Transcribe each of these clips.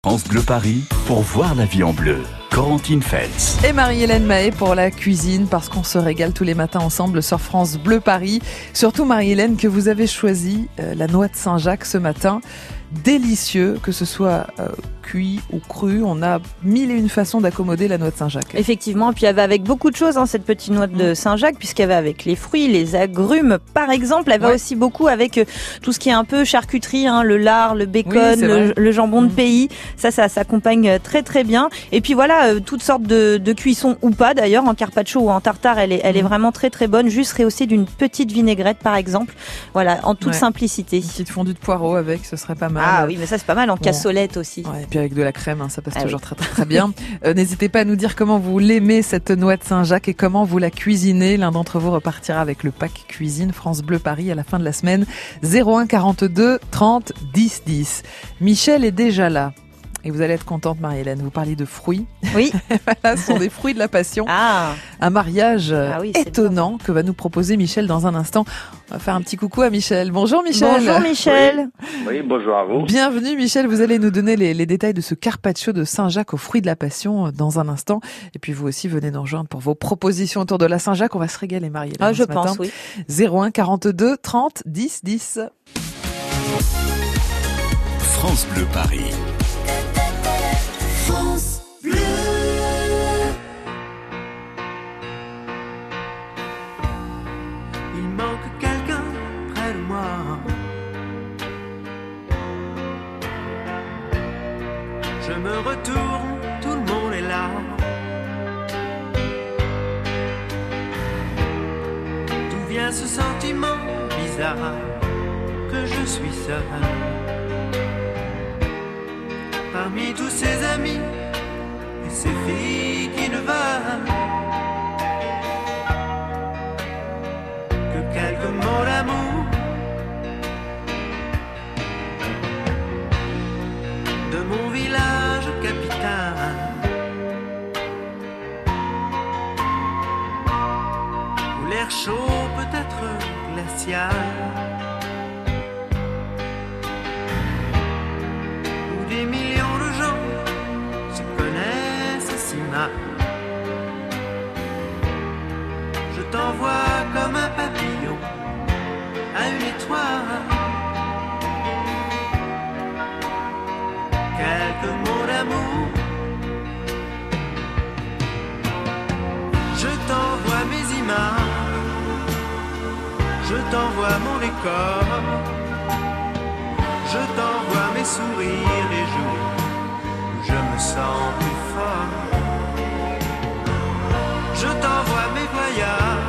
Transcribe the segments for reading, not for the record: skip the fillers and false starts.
France Bleu Paris pour voir la vie en bleu. Corentine Feltz. Et Marie-Hélène Mahé pour la cuisine, parce qu'on se régale tous les matins ensemble sur France Bleu Paris. Surtout Marie-Hélène, que vous avez choisi la noix de Saint-Jacques ce matin. Délicieux, que ce soit cuit ou cru. On a mille et une façons d'accommoder la noix de Saint-Jacques. Effectivement, puis elle va avec beaucoup de choses, cette petite noix de Saint-Jacques, puisqu'elle va avec les fruits, les agrumes, par exemple. Elle va aussi beaucoup avec tout ce qui est un peu charcuterie, le lard, le bacon, le jambon de pays. Ça s'accompagne très très bien. Et puis voilà, toutes sortes de cuissons ou pas d'ailleurs, en carpaccio ou en tartare, elle est vraiment très très bonne. Juste rehaussée d'une petite vinaigrette par exemple. Voilà, en toute simplicité. Une petite fondue de poireaux avec, ce serait pas mal. Ah oui, mais ça c'est pas mal, en cassolette aussi. Ouais, et puis avec de la crème, ça passe toujours très très très bien. N'hésitez pas à nous dire comment vous l'aimez cette noix de Saint-Jacques et comment vous la cuisinez. L'un d'entre vous repartira avec le pack cuisine France Bleu Paris à la fin de la semaine. 01 42 30 10 10. Michel est déjà là. Et vous allez être contente, Marie-Hélène. Vous parlez de fruits. Oui. Voilà, ce sont des fruits de la passion. Un mariage étonnant que va nous proposer Michel dans un instant. On va faire un petit coucou à Michel. Bonjour Michel. Bonjour Michel. Oui, bonjour à vous. Bienvenue Michel. Vous allez nous donner les détails de ce carpaccio de Saint-Jacques aux fruits de la passion dans un instant. Et puis vous aussi, venez nous rejoindre pour vos propositions autour de la Saint-Jacques. On va se régaler, Marie-Hélène. Je pense, oui. 01 42 30 10 10. France Bleu Paris. France Bleu. Il manque quelqu'un près de moi. Je me retourne, tout le monde est là. D'où vient ce sentiment bizarre que je suis seul? Parmi tous ces amis et ces filles qui ne veulent que quelques mots d'amour, de mon village capital, où l'air chaud peut être glacial, où des millions de gens se connaissent si mal. Je t'envoie comme un papillon à une étoile, quelques mots d'amour. Je t'envoie mes images, je t'envoie mon décor, je t'envoie mes sourires les jours où je me sens plus fort. Je t'envoie mes voyages,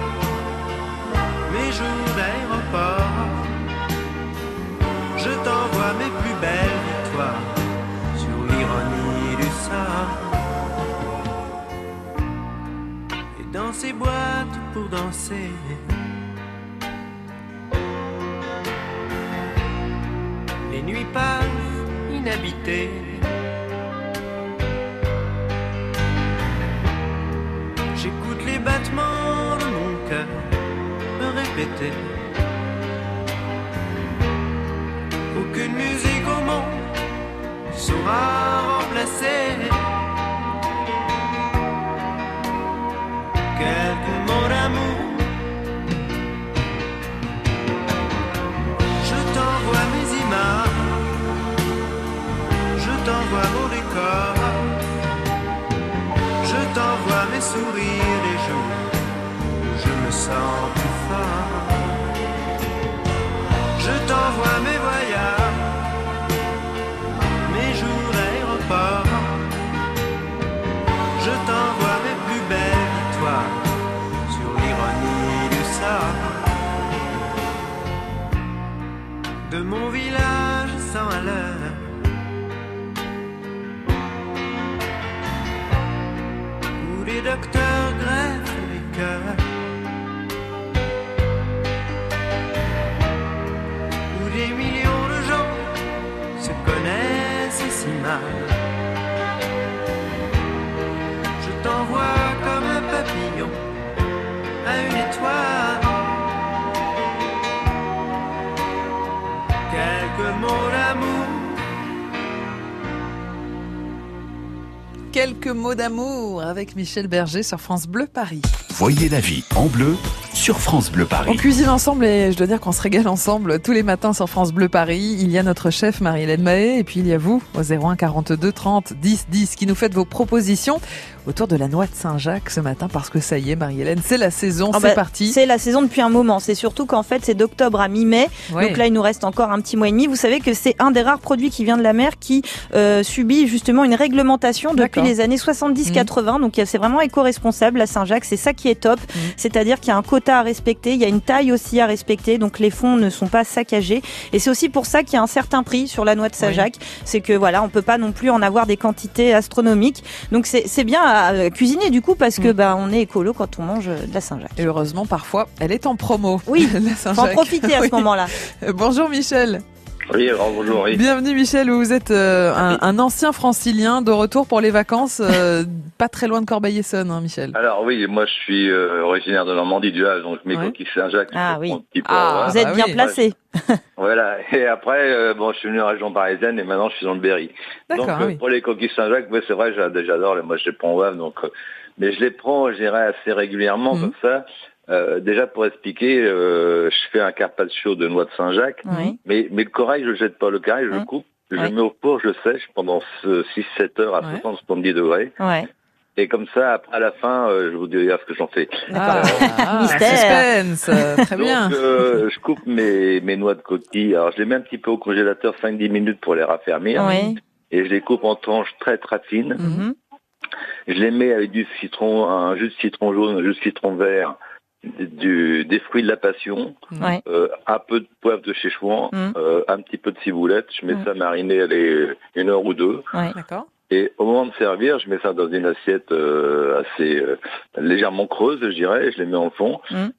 mes jours d'aéroport. Je t'envoie mes plus belles victoires sur l'ironie du sort. Et dans ces boîtes pour danser, les nuits passent inhabitées. J'écoute les battements de mon cœur me répéter. Aucune musique au monde ne saura remplacer quelques mots d'amour. Je t'envoie mes images, je t'envoie mon décor, je t'envoie mes sourires les jours où je me sens plus fort. Je t'envoie mes voyages, mes jours d'aéroport. Je t'envoie mes plus belles victoires sur l'ironie du sort. De mon village sans à l'heure, où les docteurs greffent les cœurs, où des millions de gens se connaissent si mal. Je t'envoie comme un papillon à une étoile, quelques mots d'amour. quelques mots d'amour avec Michel Berger sur France Bleu Paris. Voyez la vie en bleu sur France Bleu Paris. On cuisine ensemble et je dois dire qu'on se régale ensemble tous les matins sur France Bleu Paris. Il y a notre chef Marie-Hélène Mahé et puis il y a vous au 01 42 30 10 10 qui nous faites vos propositions autour de la noix de Saint-Jacques ce matin parce que ça y est Marie-Hélène, c'est la saison, c'est parti. C'est la saison depuis un moment, c'est surtout qu'en fait c'est d'octobre à mi-mai, donc là il nous reste encore un petit mois et demi. Vous savez que c'est un des rares produits qui vient de la mer qui subit justement une réglementation depuis les années 70-80, donc c'est vraiment éco-responsable à Saint-Jacques, c'est ça qui est top, c'est-à-dire qu'il y a un quota à respecter, il y a une taille aussi à respecter, donc les fonds ne sont pas saccagés et c'est aussi pour ça qu'il y a un certain prix sur la noix de Saint-Jacques, c'est que voilà, on peut pas non plus en avoir des quantités astronomiques, donc c'est bien à cuisiner du coup parce que on est écolo quand on mange de la Saint-Jacques. Et heureusement parfois elle est en promo. Oui, faut en profiter à ce moment-là. Bonjour Michel. Oui, bonjour. Oui. Bienvenue Michel, vous êtes un ancien francilien de retour pour les vacances, pas très loin de Corbeil-Essonnes, hein, Michel. Alors oui, moi je suis originaire de Normandie du Havre, donc mes coquilles Saint-Jacques. Ah oui. Vous êtes bien placé. Voilà, et après, je suis venu en région parisienne et maintenant je suis dans le Berry. Donc pour les coquilles Saint-Jacques, c'est vrai, j'adore, moi je les prends au Havre, donc, mais je les prends, je dirais, assez régulièrement comme ça. Déjà pour expliquer, je fais un carpaccio de noix de Saint-Jacques, mais le corail je le jette pas, le corail je le coupe, je le mets au four, je le sèche pendant 6-7 heures à 60-70 degrés. Et comme ça, après à la fin, je vous dirai ce que j'en fais. Mystère. Suspense, très bien. Donc je coupe mes noix de coquille, alors je les mets un petit peu au congélateur 5-10 minutes pour les raffermir, et je les coupe en tranches très très fines. Je les mets avec du citron, un jus de citron jaune, un jus de citron vert, des fruits de la passion, un peu de poivre de Szechuan, un petit peu de ciboulette, je mets ça mariner 1 heure ou 2. D'accord. Et au moment de servir, je mets ça dans une assiette assez légèrement creuse, je dirais, je les mets en fond.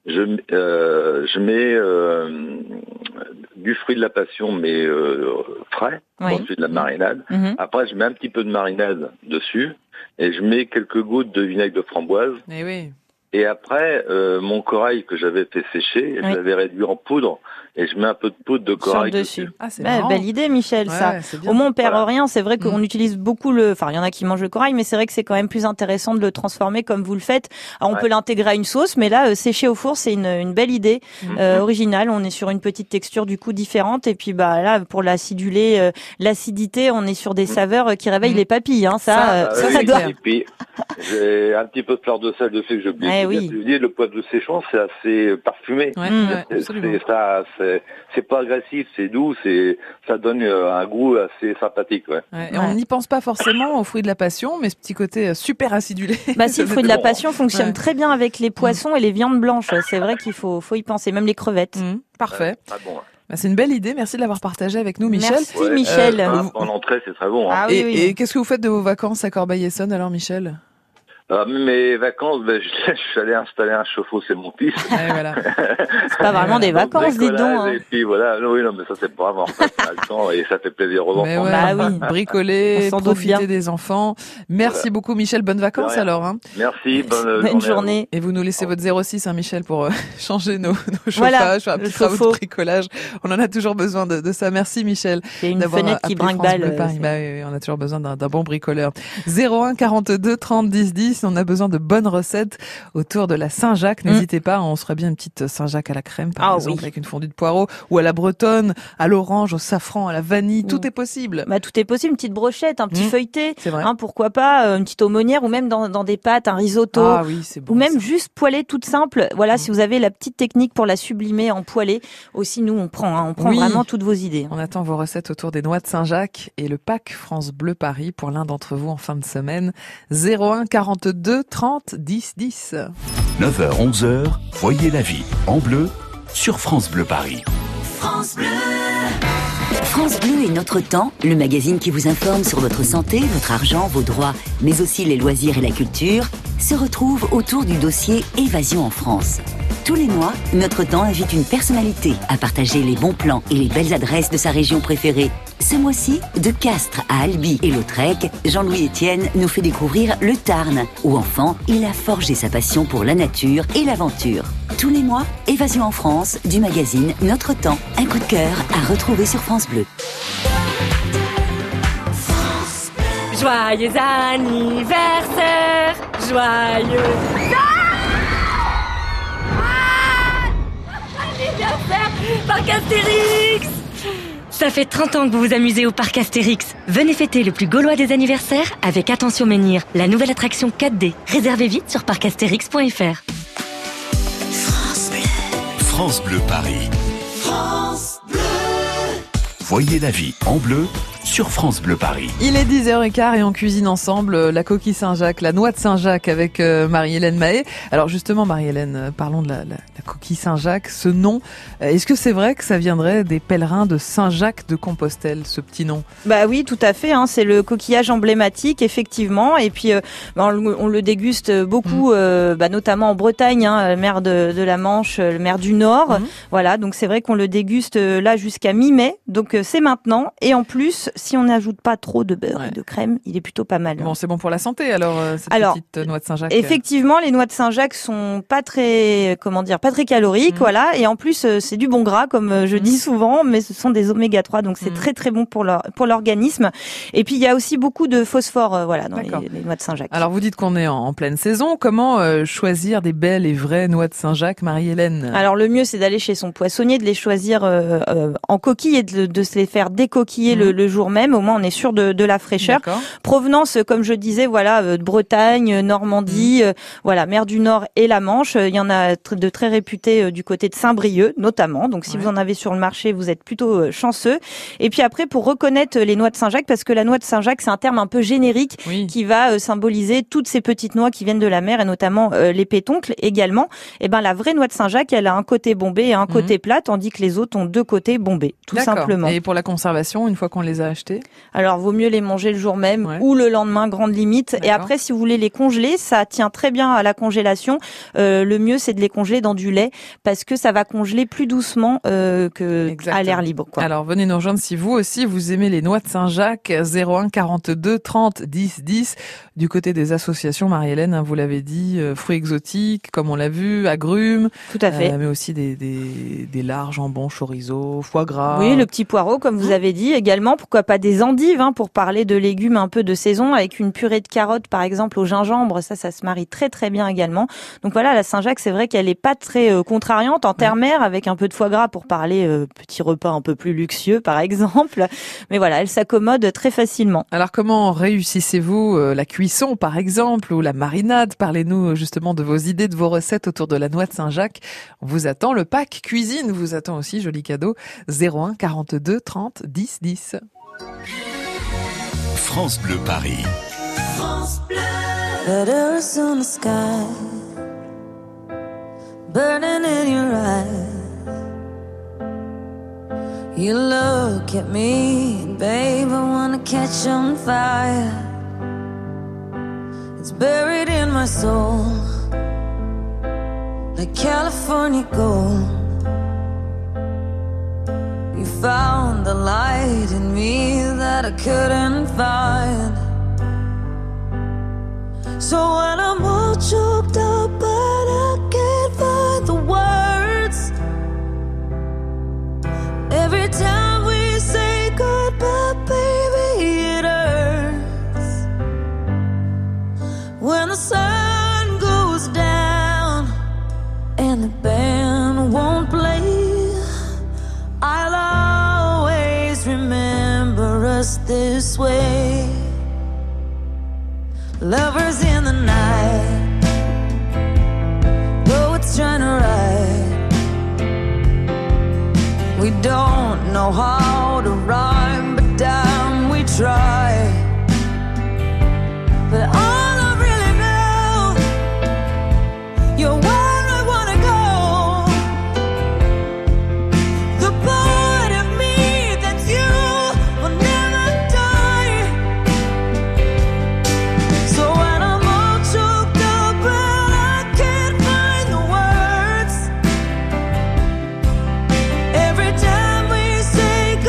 Je mets du fruit de la passion, mais frais, ensuite de la marinade. Après, je mets un petit peu de marinade dessus et je mets quelques gouttes de vinaigre de framboise. Et après, mon corail que j'avais fait sécher, je l'avais réduit en poudre et je mets un peu de poudre de corail dessus. Ah, c'est belle idée, Michel, ça. Au moins, on perd rien. C'est vrai qu'on utilise beaucoup enfin, il y en a qui mangent le corail, mais c'est vrai que c'est quand même plus intéressant de le transformer comme vous le faites. Alors, on peut l'intégrer à une sauce, mais là, sécher au four, c'est une belle idée, originale. On est sur une petite texture, du coup, différente. Et puis, là, pour l'acidulé, l'acidité, on est sur des saveurs qui réveillent les papilles, hein. Ça doit. Et puis, j'ai un petit peu de fleur de sel dessus que je le poivre de Szechuan, c'est assez parfumé. C'est pas agressif, c'est doux, ça donne un goût assez sympathique. Et on n'y pense pas forcément aux fruits de la passion, mais ce petit côté super acidulé. Si, le fruit de la passion fonctionne très bien avec les poissons et les viandes blanches. C'est vrai qu'il faut y penser, même les crevettes. Parfait. Bon. C'est une belle idée, merci de l'avoir partagé avec nous, Michel. Merci, Michel. En entrée, c'est très bon. Et qu'est-ce que vous faites de vos vacances à Corbeil-Essonnes alors, Michel? Mes vacances, je suis allé installer un chauffe-eau, c'est mon fils. C'est pas vraiment des vacances, dis donc. Hein. Et puis voilà, mais ça c'est pas vraiment. On a le temps et ça fait plaisir aux enfants. Bricoler, profiter des enfants. Merci beaucoup, Michel. Bonnes vacances alors. Hein. Merci, bonne journée. Et vous nous laissez votre 06, hein, Michel, pour changer nos chauffages, faire un petit travaux de bricolage. On en a toujours besoin de ça. Merci, Michel. C'est une fenêtre qui brinque-balle. On a toujours besoin d'un bon bricoleur. 01 42 30 10 10. On a besoin de bonnes recettes autour de la Saint-Jacques. N'hésitez pas, on se ferait bien une petite Saint-Jacques à la crème, par exemple, avec une fondue de poireaux, ou à la bretonne, à l'orange, au safran, à la vanille. Tout est possible. Tout est possible. Une petite brochette, un petit feuilleté. C'est vrai. Pourquoi pas, une petite aumônière, ou même dans des pâtes, un risotto. C'est bon, ou même juste poêlée toute simple. Voilà, si vous avez la petite technique pour la sublimer en poêlée. Aussi, nous, on prend vraiment toutes vos idées. On attend vos recettes autour des noix de Saint-Jacques et le pack France Bleu Paris pour l'un d'entre vous en fin de semaine. 01 42 30 10 10. 9h 11h, voyez la vie en bleu sur France Bleu Paris. France Bleu. France Bleu est notre temps, le magazine qui vous informe sur votre santé, votre argent, vos droits, mais aussi les loisirs et la culture, se retrouve autour du dossier Évasion en France. Tous les mois, notre temps invite une personnalité à partager les bons plans et les belles adresses de sa région préférée. Ce mois-ci, de Castres à Albi et Lautrec, Jean-Louis Etienne nous fait découvrir le Tarn, où enfant, il a forgé sa passion pour la nature et l'aventure. Tous les mois, Évasion en France, du magazine Notre Temps. Un coup de cœur à retrouver sur France Bleu. Joyeux anniversaire, joyeux anniversaire, Parc Astérix. Ça fait 30 ans que vous vous amusez au Parc Astérix. Venez fêter le plus gaulois des anniversaires avec Attention Menhir, la nouvelle attraction 4D. Réservez vite sur parcastérix.fr. France Bleu Paris. France Bleu. Voyez la vie en bleu sur France Bleu Paris. Il est 10h15 et on cuisine ensemble la coquille Saint-Jacques, la noix de Saint-Jacques avec Marie-Hélène Mahé. Alors justement Marie-Hélène, parlons de la coquille Saint-Jacques, ce nom. Est-ce que c'est vrai que ça viendrait des pèlerins de Saint-Jacques de Compostelle, ce petit nom? Bah oui, tout à fait, hein, c'est le coquillage emblématique, effectivement. Et puis on le déguste beaucoup, notamment en Bretagne, hein, mer de la Manche, mer du Nord. Voilà, donc c'est vrai qu'on le déguste là jusqu'à mi-mai. Donc c'est maintenant. Et en plus, si on n'ajoute pas trop de beurre et de crème, il est plutôt pas mal. Bon, c'est bon pour la santé alors, petite noix de Saint-Jacques. Effectivement, les noix de Saint-Jacques sont pas très caloriques, voilà. Et en plus, c'est du bon gras, comme je dis souvent, mais ce sont des oméga 3, donc c'est très très bon pour l'organisme. Et puis il y a aussi beaucoup de phosphore, dans les noix de Saint-Jacques. Alors vous dites qu'on est en pleine saison. Comment choisir des belles et vraies noix de Saint-Jacques, Marie-Hélène? Alors le mieux, c'est d'aller chez son poissonnier, de les choisir en coquille et de se les faire décoquiller le jour même. Au moins, on est sûr de la fraîcheur. D'accord. Provenance, comme je disais, de Bretagne, Normandie, mer du Nord et la Manche. Il y en a de très réputés du côté de Saint-Brieuc, notamment. Donc, si vous en avez sur le marché, vous êtes plutôt chanceux. Et puis après, pour reconnaître les noix de Saint-Jacques, parce que la noix de Saint-Jacques, c'est un terme un peu générique qui va symboliser toutes ces petites noix qui viennent de la mer et notamment les pétoncles également. Et ben, la vraie noix de Saint-Jacques, elle a un côté bombé et un côté plat, tandis que les autres ont deux côtés bombés, tout simplement. Et pour la conservation, une fois qu'on les a achetés? Alors, vaut mieux les manger le jour même ou le lendemain, grande limite. D'accord. Et après, si vous voulez les congeler, ça tient très bien à la congélation. Le mieux, c'est de les congeler dans du lait parce que ça va congeler plus doucement que à l'air libre, quoi. Alors, venez nous rejoindre si vous aussi, vous aimez les noix de Saint-Jacques. 01 42 30 10 10. Du côté des associations, Marie-Hélène, vous l'avez dit, fruits exotiques, comme on l'a vu, agrumes. Tout à fait. Mais aussi des lards, jambon, chorizo, foie gras. Oui, le petit poireau, comme vous avez dit également. Pourquoi pas des endives, pour parler de légumes un peu de saison, avec une purée de carottes, par exemple, au gingembre. Ça se marie très, très bien également. Donc voilà, la Saint-Jacques, c'est vrai qu'elle est pas très contrariante en terre-mer, avec un peu de foie gras pour parler petit repas un peu plus luxueux, par exemple. Mais voilà, elle s'accommode très facilement. Alors, comment réussissez-vous la cuisson, par exemple, ou la marinade? Parlez-nous justement de vos idées, de vos recettes autour de la noix de Saint-Jacques. On vous attend. Le pack cuisine vous attend aussi, joli cadeau. 01 42 30 10 10. France Bleu Paris. France Bleu. Letters on the sky, burning in your eyes. You look at me, babe, I wanna catch on fire. It's buried in my soul, like California gold. You found the light in me that I couldn't find. So when I'm all choked up but I can't find the words, every time we say goodbye, baby, it hurts. When the sun goes down and the band won't play, I'll always remember us this way. Lovers in the night, poets trying to write. We don't know how to rhyme, but damn, we try. But all I really know, you're where I wanna go. The part of me that's you will never die. So when I'm all choked up and I can't find the words, every time we say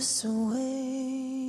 us away.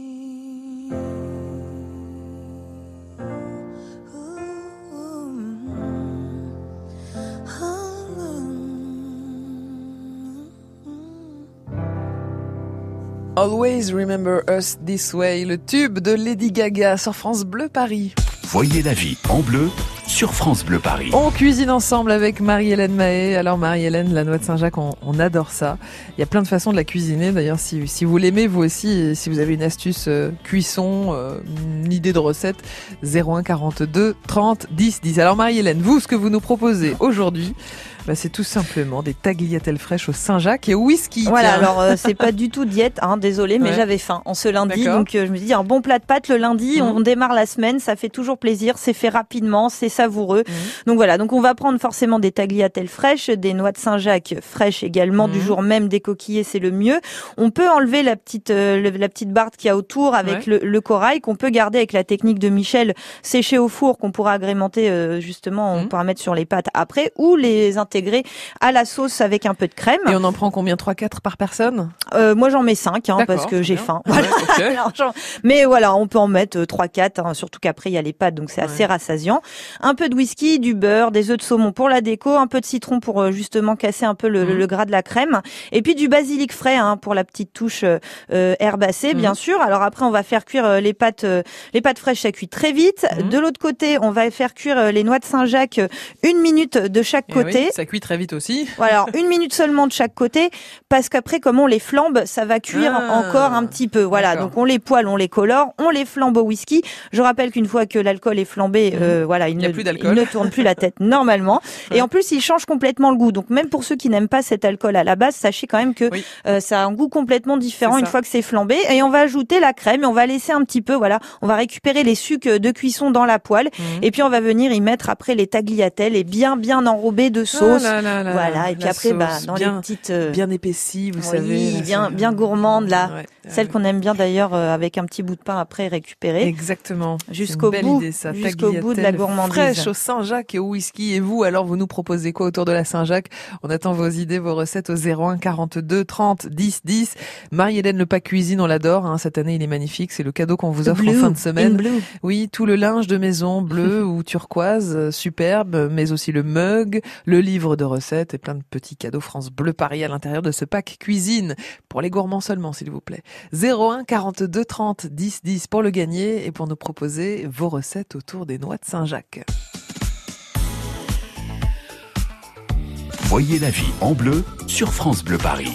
Always Remember Us This Way, le tube de Lady Gaga sur France Bleu Paris. Voyez la vie en bleu sur France Bleu Paris. On cuisine ensemble avec Marie-Hélène Mahé. Alors Marie-Hélène, la noix de Saint-Jacques, on adore ça. Il y a plein de façons de la cuisiner. D'ailleurs, si vous l'aimez vous aussi, si vous avez une astuce cuisson, une idée de recette, 01 42 30 10 10. Alors Marie-Hélène, vous, ce que vous nous proposez aujourd'hui, c'est tout simplement des tagliatelles fraîches au Saint-Jacques et au whisky. Voilà, alors c'est pas du tout diète, désolé, mais j'avais faim en ce lundi, donc je me suis dit un bon plat de pâtes le lundi, on démarre la semaine, ça fait toujours plaisir, c'est fait rapidement, c'est savoureux. Donc voilà, donc on va prendre forcément des tagliatelles fraîches, des noix de Saint-Jacques fraîches également, du jour même décoquillées, c'est le mieux. On peut enlever la petite barde qu'il y a autour avec le corail qu'on peut garder avec la technique de Michel, sécher au four, qu'on pourra agrémenter justement, on pourra mettre sur les pâtes après, ou les intégrer à la sauce avec un peu de crème. Et on en prend combien, 3-4 par personne? Moi j'en mets 5 parce que j'ai faim. Voilà. Okay. Mais voilà, on peut en mettre 3-4, surtout qu'après il y a les pâtes, donc c'est assez rassasiant. Un peu de whisky, du beurre, des œufs de saumon pour la déco, un peu de citron pour justement casser un peu le gras de la crème, et puis du basilic frais pour la petite touche herbacée, bien sûr. Alors après on va faire cuire les pâtes fraîches, ça cuit très vite. De l'autre côté, on va faire cuire les noix de Saint-Jacques 1 minute de chaque côté. Oui, ça cuit très vite aussi. Voilà, alors 1 minute seulement de chaque côté, parce qu'après, comme on les flambe, ça va cuire encore un petit peu. Voilà, donc on les poêle, on les colore, on les flambe au whisky. Je rappelle qu'une fois que l'alcool est flambé, voilà, il ne tourne plus la tête normalement. Et en plus, il change complètement le goût. Donc même pour ceux qui n'aiment pas cet alcool à la base, sachez quand même que ça a un goût complètement différent une fois que c'est flambé. Et on va ajouter la crème et on va laisser un petit peu, voilà, on va récupérer les sucs de cuisson dans la poêle. Et puis on va venir y mettre après les tagliatelles et bien enrobées de sauce. Voilà, et puis après, dans les petites... bien épaissie, vous savez. bien gourmande, là. Celle qu'on aime bien d'ailleurs avec un petit bout de pain après récupéré. Exactement. Jusqu'au bout de la gourmandise. Fraîche au Saint-Jacques et au whisky. Et vous, alors, vous nous proposez quoi autour de la Saint-Jacques? On attend vos idées, vos recettes au 01 42 30 10 10. Marie-Hélène Le Pack Cuisine, on l'adore. Cette année, il est magnifique. C'est le cadeau qu'on vous offre en fin de semaine. Oui, tout le linge de maison bleu ou turquoise, superbe, mais aussi le mug, le livre de recettes et plein de petits cadeaux France Bleu Paris à l'intérieur de ce pack cuisine. Pour les gourmands seulement, s'il vous plaît. 01 42 30 10 10 pour le gagner et pour nous proposer vos recettes autour des noix de Saint-Jacques. Voyez la vie en bleu sur France Bleu Paris.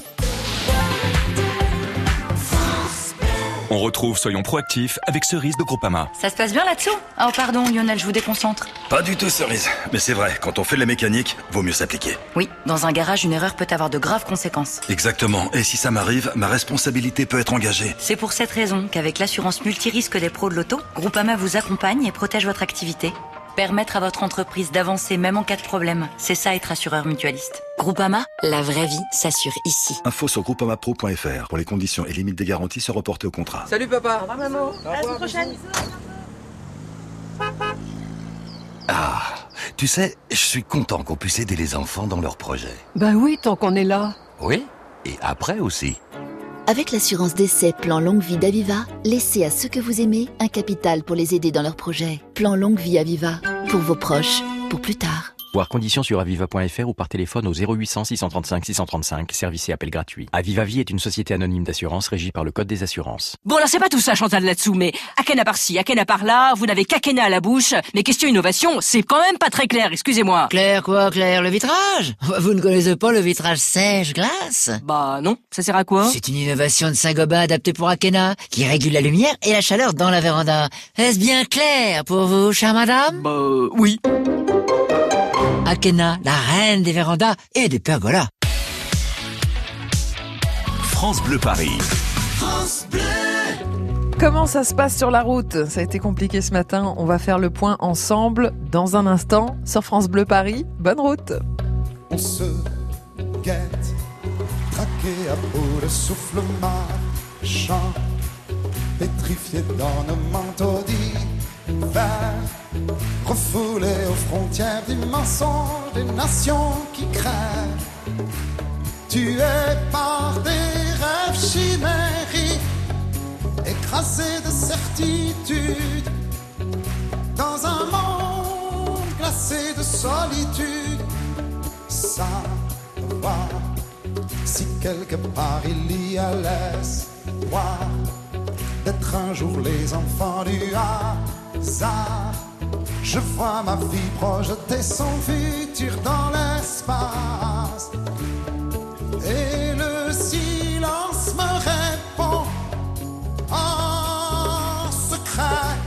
On retrouve Soyons proactifs avec Cerise de Groupama. Ça se passe bien là-dessous? Oh pardon Lionel, je vous déconcentre. Pas du tout Cerise, mais c'est vrai, quand on fait de la mécanique, vaut mieux s'appliquer. Oui, dans un garage, une erreur peut avoir de graves conséquences. Exactement, et si ça m'arrive, ma responsabilité peut être engagée. C'est pour cette raison qu'avec l'assurance multirisque des pros de l'auto, Groupama vous accompagne et protège votre activité. Permettre à votre entreprise d'avancer même en cas de problème, c'est ça être assureur mutualiste. Groupama, la vraie vie s'assure ici. Info sur groupamapro.fr pour les conditions et limites des garanties se reporter au contrat. Salut papa. Au revoir maman. À la semaine prochaine. Ah, tu sais, je suis content qu'on puisse aider les enfants dans leurs projets. Bah oui, tant qu'on est là. Oui, et après aussi. Avec l'assurance décès Plan Longue Vie d'Aviva, laissez à ceux que vous aimez un capital pour les aider dans leurs projets. Plan Longue Vie Aviva, pour vos proches, pour plus tard. Voir conditions sur aviva.fr ou par téléphone au 0800 635 635, service et appel gratuit. Aviva Vie est une société anonyme d'assurance régie par le Code des assurances. Bon, alors c'est pas tout ça, Chantal, là-dessous, mais Akena par-ci, Akena par-là, vous n'avez qu'Akena à la bouche, mais question innovation, c'est quand même pas très clair, excusez-moi. Clair quoi, Claire? Le vitrage? Vous ne connaissez pas le vitrage sèche-glace? Bah non, ça sert à quoi? C'est une innovation de Saint-Gobain adaptée pour Akena, qui régule la lumière et la chaleur dans la véranda. Est-ce bien clair pour vous, chère madame? Bah oui. Akena, la reine des vérandas et des pergolas. France Bleu Paris. France Bleu. Comment ça se passe sur la route? Ça a été compliqué ce matin. On va faire le point ensemble dans un instant sur France Bleu Paris. Bonne route. On se guette, traqué à bout de souffle marchand, pétrifié dans nos manteaux d'hiver, refoulé aux frontières du mensonge des nations qui crèvent, tué par des rêves chimériques écrasé de certitude, dans un monde glacé de solitude. Savoir si quelque part il y a l'espoir d'être un jour les enfants du hasard. Je vois ma vie projeter son futur dans l'espace, et le silence me répond en secret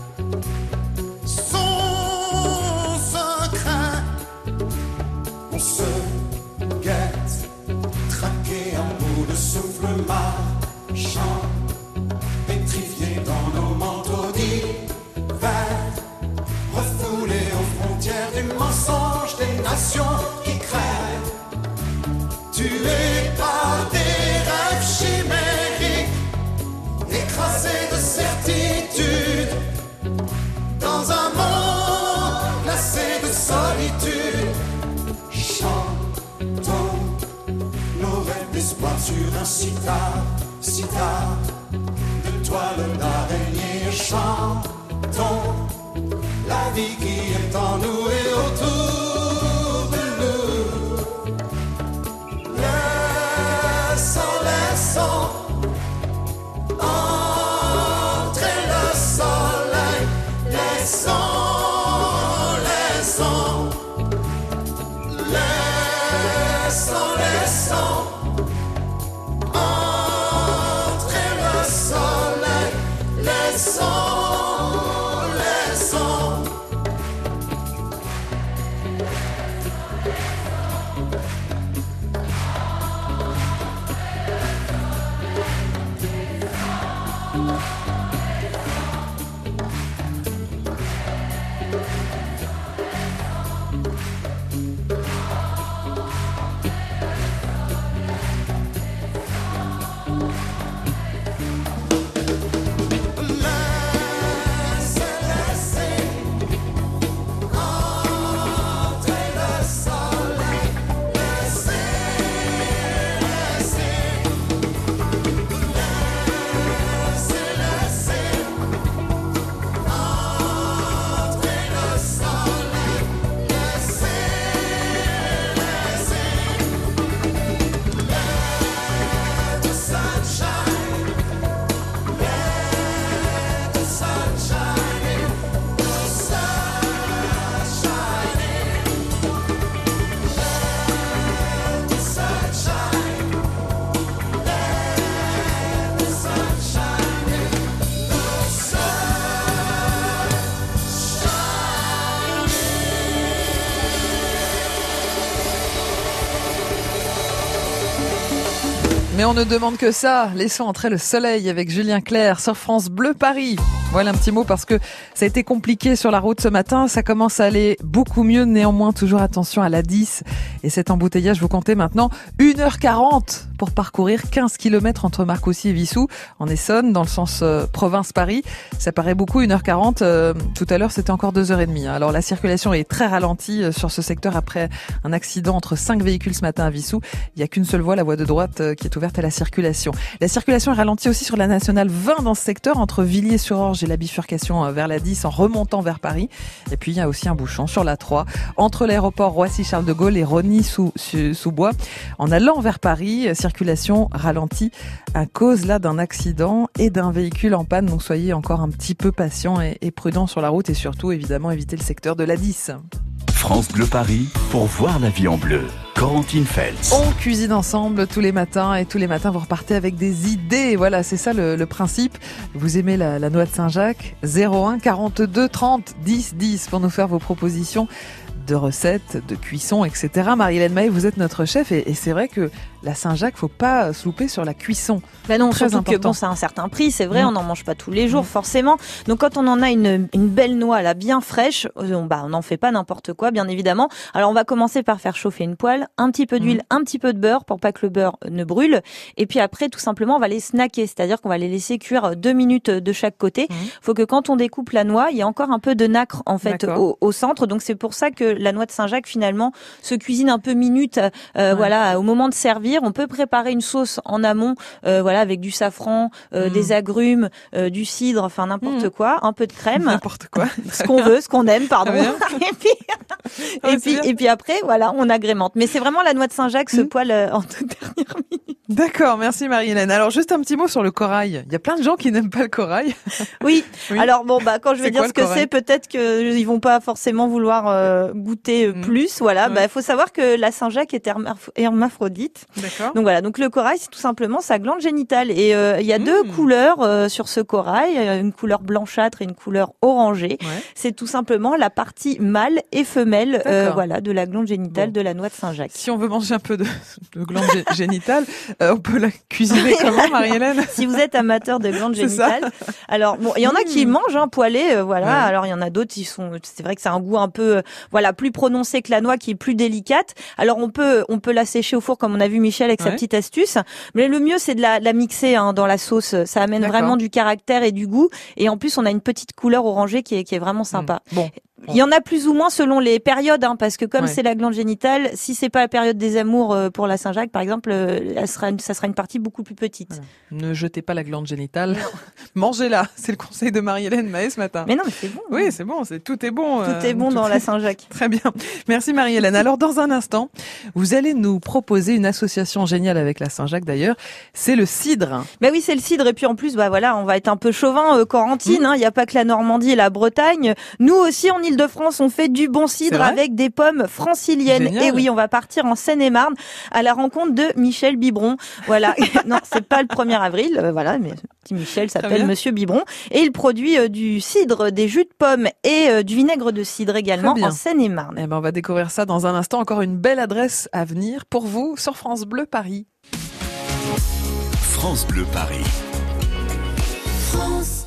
son secret. On se guette, traqué à bout de souffle marchant, pétrifié dans nos manteaux d'hiver, refoulé aux frontières du mensonge des nations qui crèvent, tués par des rêves chimériques, écrasés de certitude, dans un monde glacé de solitude. Chantons nos rêves d'espoir sur un sitar, sitar de toile d'araignée. Chantons la vie qui est en nous et autour de nous. Laissons entrer le soleil. Laissons entrer le soleil. Laissons. Mais on ne demande que ça. Laissons entrer le soleil avec Julien Clerc sur France Bleu Paris. Voilà un petit mot parce que ça a été compliqué sur la route ce matin. Ça commence à aller beaucoup mieux. Néanmoins, toujours attention à l'A10. Et cet embouteillage, vous comptez maintenant 1h40 pour parcourir 15 km entre Marcoussis et Vissou, en Essonne, dans le sens province-Paris. Ça paraît beaucoup, 1h40. Tout à l'heure, c'était encore 2h30. Alors, la circulation est très ralentie sur ce secteur après un accident entre 5 véhicules ce matin à Vissou. Il n'y a qu'une seule voie, la voie de droite, qui est ouverte à la circulation. La circulation est ralentie aussi sur la nationale 20 dans ce secteur, entre Villiers-sur-Orge et la bifurcation vers la 10 en remontant vers Paris. Et puis, il y a aussi un bouchon sur la 3 entre l'aéroport Roissy-Charles de Gaulle et Rosny-sous-Bois. En allant vers Paris, circulation ralentie à cause là d'un accident et d'un véhicule en panne. Donc, soyez encore un petit peu patient et prudent sur la route et surtout, évidemment, évitez le secteur de la 10. France Bleu Paris pour voir la vie en bleu. Corentine Feltz. On cuisine ensemble tous les matins et tous les matins vous repartez avec des idées. Voilà, c'est ça le principe. Vous aimez la noix de Saint-Jacques ? 01 42 30 10 10 pour nous faire vos propositions de recettes, de cuisson, etc. Marie-Hélène Mahé, vous êtes notre chef et c'est vrai que la Saint-Jacques, faut pas se louper sur la cuisson. Ben non, très surtout important. que bon, c'est un certain prix, c'est vrai, on n'en mange pas tous les jours, forcément. Donc quand on en a une belle noix là, bien fraîche, on n'en fait pas n'importe quoi, bien évidemment. Alors on va commencer par faire chauffer une poêle, un petit peu d'huile, un petit peu de beurre pour pas que le beurre ne brûle. Et puis après, tout simplement, on va les snacker, c'est-à-dire qu'on va les laisser cuire 2 minutes de chaque côté. Faut que quand on découpe la noix, il y a encore un peu de nacre en fait au centre. Donc c'est pour ça que que la noix de Saint-Jacques finalement se cuisine un peu minute, voilà, au moment de servir. On peut préparer une sauce en amont, voilà, avec du safran, des agrumes, du cidre, enfin n'importe quoi, un peu de crème, n'importe quoi, ce qu'on veut, ce qu'on aime, pardon. Et puis après, voilà, on agrémente. Mais c'est vraiment la noix de Saint-Jacques, ce poil en toute dernière minute. D'accord, merci Marie-Hélène. Alors juste un petit mot sur le corail. Il y a plein de gens qui n'aiment pas le corail. Oui. Alors bon, quand je vais dire ce que c'est, peut-être que ils vont pas forcément vouloir goûter plus. Voilà, faut savoir que la Saint-Jacques est hermaphrodite. D'accord. Donc voilà, donc le corail, c'est tout simplement sa glande génitale. Et il y a deux couleurs sur ce corail, une couleur blanchâtre et une couleur orangée. C'est tout simplement la partie mâle et femelle, voilà, de la glande génitale de la noix de Saint-Jacques. Si on veut manger un peu de glande génitale, on peut la cuisiner comment, Marie-Hélène? Si vous êtes amateur de glande génitale. Alors bon, il y en a qui mangent poêlée, voilà. Alors il y en a d'autres qui c'est vrai que c'est un goût un peu voilà, plus prononcé que la noix, qui est plus délicate. Alors on peut la sécher au four comme on a vu Michel avec sa petite astuce, mais le mieux c'est de la mixer dans la sauce, ça amène vraiment du caractère et du goût, et en plus on a une petite couleur orangée qui est vraiment sympa. Bon. Il y en a plus ou moins selon les périodes, parce que comme c'est la glande génitale, si c'est pas la période des amours pour la Saint-Jacques, par exemple, ça sera une partie beaucoup plus petite. Voilà. Ne jetez pas la glande génitale, mangez-la. C'est le conseil de Marie-Hélène Mahé ce matin. Mais non, mais c'est bon. Oui, c'est bon, tout est bon. Tout est bon dans la Saint-Jacques. Très bien. Merci Marie-Hélène. Alors dans un instant, vous allez nous proposer une association géniale avec la Saint-Jacques d'ailleurs. C'est le cidre. Ben oui, c'est le cidre. Et puis en plus, voilà, on va être un peu chauvin, Corentine. Il n'y a pas que la Normandie et la Bretagne. Nous aussi, en Île-de-France, on fait du bon cidre avec des pommes franciliennes. Génial. Et oui, on va partir en Seine-et-Marne à la rencontre de Michel Biberon. Voilà. Non, c'est pas le 1er avril. Voilà, mais petit Michel s'appelle Monsieur Biberon. Et il produit du cidre, des jus de pommes et du vinaigre de cidre également en Seine-et-Marne. Eh ben, on va découvrir ça dans un instant. Encore une belle adresse à venir pour vous sur France Bleu Paris. France Bleu Paris. France